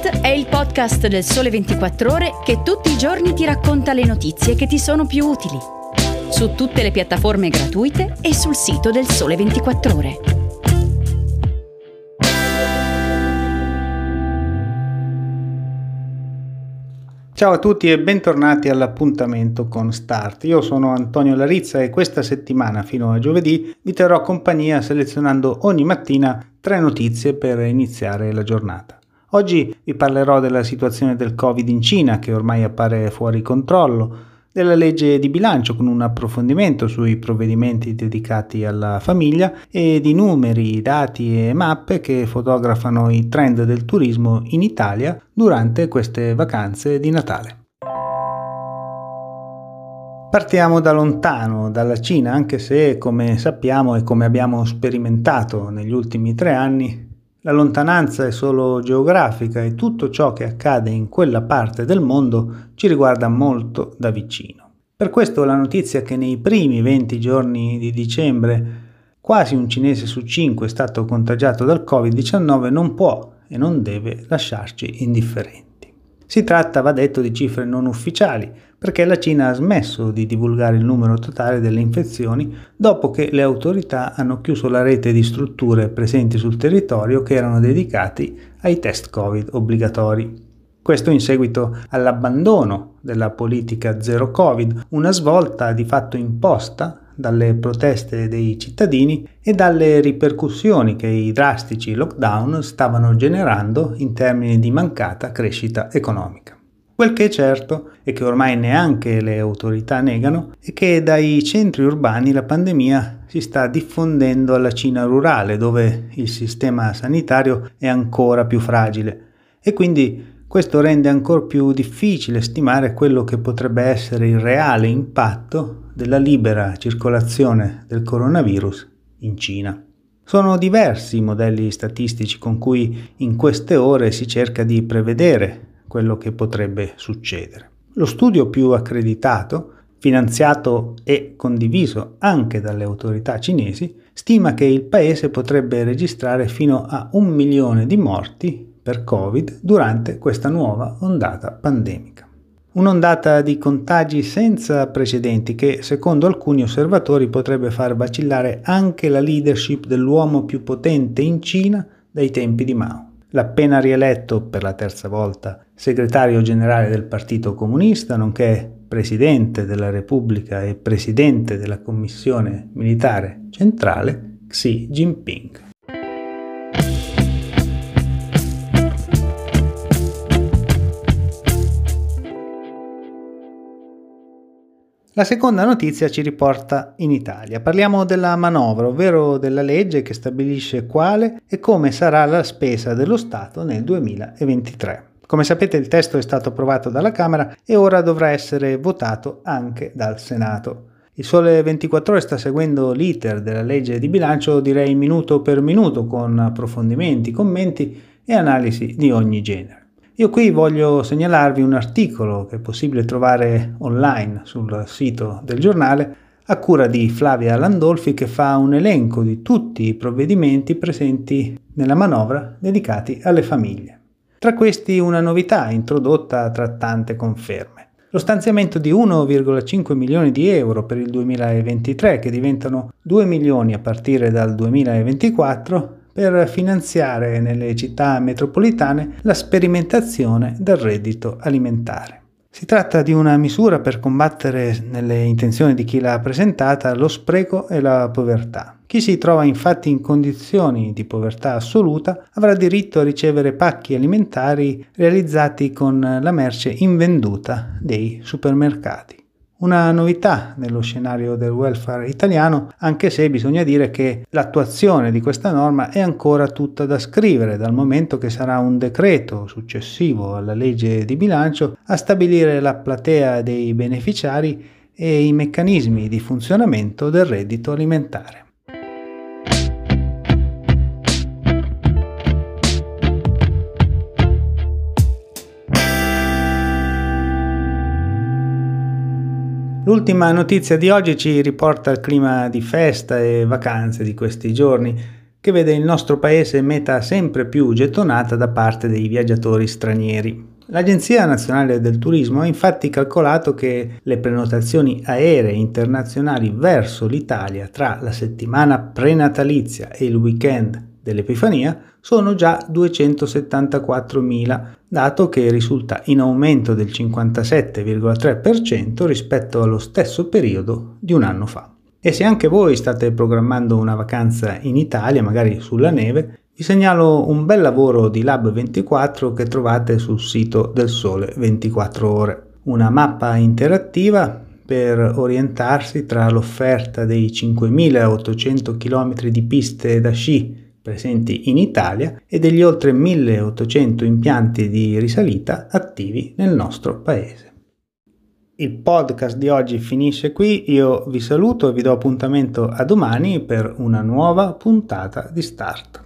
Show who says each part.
Speaker 1: Start è il podcast del Sole 24 Ore che tutti i giorni ti racconta le notizie che ti sono più utili. Su tutte le piattaforme gratuite e sul sito del Sole 24 Ore.
Speaker 2: Ciao a tutti e bentornati all'appuntamento con Start. Io sono Antonio Larizza e questa settimana fino a giovedì vi terrò compagnia selezionando ogni mattina 3 notizie per iniziare la giornata. Oggi vi parlerò della situazione del Covid in Cina che ormai appare fuori controllo, della legge di bilancio con un approfondimento sui provvedimenti dedicati alla famiglia e di numeri, dati e mappe che fotografano i trend del turismo in Italia durante queste vacanze di Natale. Partiamo da lontano, dalla Cina, anche se, come sappiamo e come abbiamo sperimentato negli ultimi 3 anni, la lontananza è solo geografica e tutto ciò che accade in quella parte del mondo ci riguarda molto da vicino. Per questo la notizia che nei primi 20 giorni di dicembre quasi un cinese su 5 è stato contagiato dal Covid-19 non può e non deve lasciarci indifferenti. Si tratta, va detto, di cifre non ufficiali, perché la Cina ha smesso di divulgare il numero totale delle infezioni dopo che le autorità hanno chiuso la rete di strutture presenti sul territorio che erano dedicati ai test Covid obbligatori. Questo in seguito all'abbandono della politica zero Covid, una svolta di fatto imposta dalle proteste dei cittadini e dalle ripercussioni che i drastici lockdown stavano generando in termini di mancata crescita economica. Quel che è certo e che ormai neanche le autorità negano è che dai centri urbani la pandemia si sta diffondendo alla Cina rurale, dove il sistema sanitario è ancora più fragile e quindi questo rende ancora più difficile stimare quello che potrebbe essere il reale impatto della libera circolazione del coronavirus in Cina. Sono diversi i modelli statistici con cui in queste ore si cerca di prevedere quello che potrebbe succedere. Lo studio più accreditato, finanziato e condiviso anche dalle autorità cinesi, stima che il paese potrebbe registrare fino a 1 milione di morti per Covid durante questa nuova ondata pandemica. Un'ondata di contagi senza precedenti che, secondo alcuni osservatori, potrebbe far vacillare anche la leadership dell'uomo più potente in Cina dai tempi di Mao. L'appena rieletto per la 3ª volta segretario generale del Partito Comunista, nonché presidente della Repubblica e presidente della Commissione Militare Centrale, Xi Jinping. La seconda notizia ci riporta in Italia. Parliamo della manovra, ovvero della legge che stabilisce quale e come sarà la spesa dello Stato nel 2023. Come sapete, il testo è stato approvato dalla Camera e ora dovrà essere votato anche dal Senato. Il Sole 24 Ore sta seguendo l'iter della legge di bilancio, direi minuto per minuto, con approfondimenti, commenti e analisi di ogni genere. Io qui voglio segnalarvi un articolo che è possibile trovare online sul sito del giornale a cura di Flavia Landolfi, che fa un elenco di tutti i provvedimenti presenti nella manovra dedicati alle famiglie. Tra questi una novità introdotta tra tante conferme. Lo stanziamento di 1,5 milioni di euro per il 2023, che diventano 2 milioni a partire dal 2024, per finanziare nelle città metropolitane la sperimentazione del reddito alimentare. Si tratta di una misura per combattere, nelle intenzioni di chi l'ha presentata, lo spreco e la povertà. Chi si trova infatti in condizioni di povertà assoluta avrà diritto a ricevere pacchi alimentari realizzati con la merce invenduta dei supermercati. Una novità nello scenario del welfare italiano, anche se bisogna dire che l'attuazione di questa norma è ancora tutta da scrivere, dal momento che sarà un decreto successivo alla legge di bilancio a stabilire la platea dei beneficiari e i meccanismi di funzionamento del reddito alimentare. L'ultima notizia di oggi ci riporta al clima di festa e vacanze di questi giorni, che vede il nostro paese meta sempre più gettonata da parte dei viaggiatori stranieri. L'Agenzia Nazionale del Turismo ha infatti calcolato che le prenotazioni aeree internazionali verso l'Italia tra la settimana prenatalizia e il weekend dell'Epifania sono già 274.000, dato che risulta in aumento del 57,3% rispetto allo stesso periodo di un anno fa. E se anche voi state programmando una vacanza in Italia, magari sulla neve, vi segnalo un bel lavoro di Lab24 che trovate sul sito del Sole 24 Ore. Una mappa interattiva per orientarsi tra l'offerta dei 5.800 km di piste da sci presenti in Italia e degli oltre 1.800 impianti di risalita attivi nel nostro paese. Il podcast di oggi finisce qui, io vi saluto e vi do appuntamento a domani per una nuova puntata di Start.